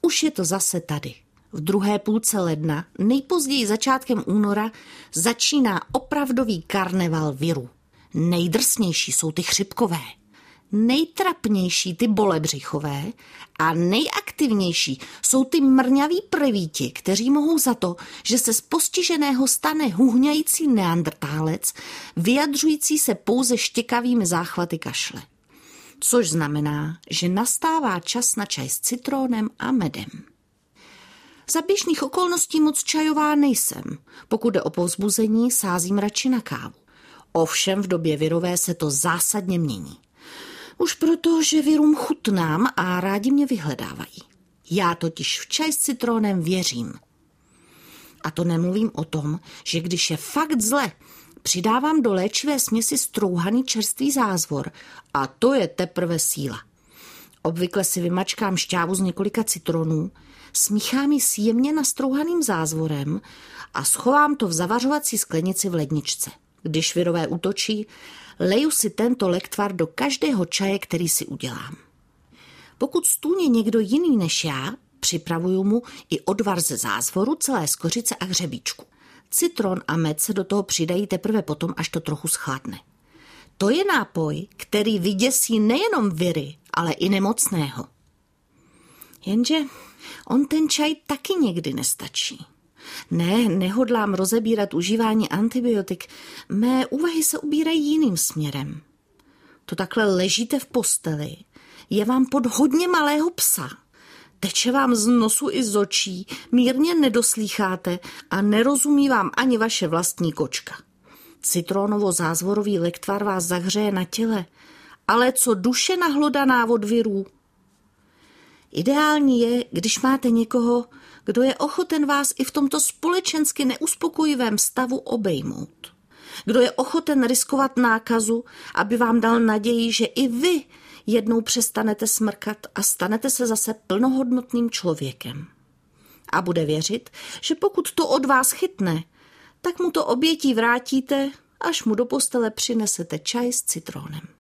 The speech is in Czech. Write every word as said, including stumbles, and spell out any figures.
už je to zase tady. V druhé půlce ledna, nejpozději začátkem února, začíná opravdový karneval virů. Nejdrsnější jsou ty chřipkové, nejtrapnější ty bolebřichové a nejaktivnější jsou ty mrňaví prvíti, kteří mohou za to, že se z postiženého stane huhňající neandrtálec, vyjadřující se pouze štěkavými záchvaty kašle. Což znamená, že nastává čas na čaj s citrónem a medem. Za běžných okolností moc čajová nejsem. Pokud jde o povzbuzení, sázím radši na kávu. Ovšem v době virové se to zásadně mění. Už proto, že virům chutnám a rádi mě vyhledávají. Já totiž v čaj s citrónem věřím. A to nemluvím o tom, že když je fakt zle, přidávám do léčivé směsi strouhaný čerstvý zázvor a to je teprve síla. Obvykle si vymačkám šťávu z několika citronů, smíchám ji s jemně nastrouhaným zázvorem a schovám to v zavařovací sklenici v ledničce. Když virové útočí, leju si tento lektvar do každého čaje, který si udělám. Pokud stůně někdo jiný než já, připravuju mu i odvar ze zázvoru, celé skořice a hřebíčku. Citron a med se do toho přidají teprve potom, až to trochu schladne. To je nápoj, který vyděsí nejenom viry, ale i nemocného. Jenže on ten čaj taky někdy nestačí. Ne, nehodlám rozebírat užívání antibiotik. Mé úvahy se ubírají jiným směrem. To takhle ležíte v posteli, je vám pod hodně malého psa. Teče vám z nosu i z očí, mírně nedoslýcháte a nerozumí vám ani vaše vlastní kočka. Citronovo-zázvorový lektvar vás zahřeje na těle, ale co duše nahlodaná od virů. Ideální je, když máte někoho, kdo je ochoten vás i v tomto společensky neuspokojivém stavu obejmout. Kdo je ochoten riskovat nákazu, aby vám dal naději, že i vy jednou přestanete smrkat a stanete se zase plnohodnotným člověkem. A bude věřit, že pokud to od vás chytne, tak mu to obětí vrátíte, až mu do postele přinesete čaj s citrónem.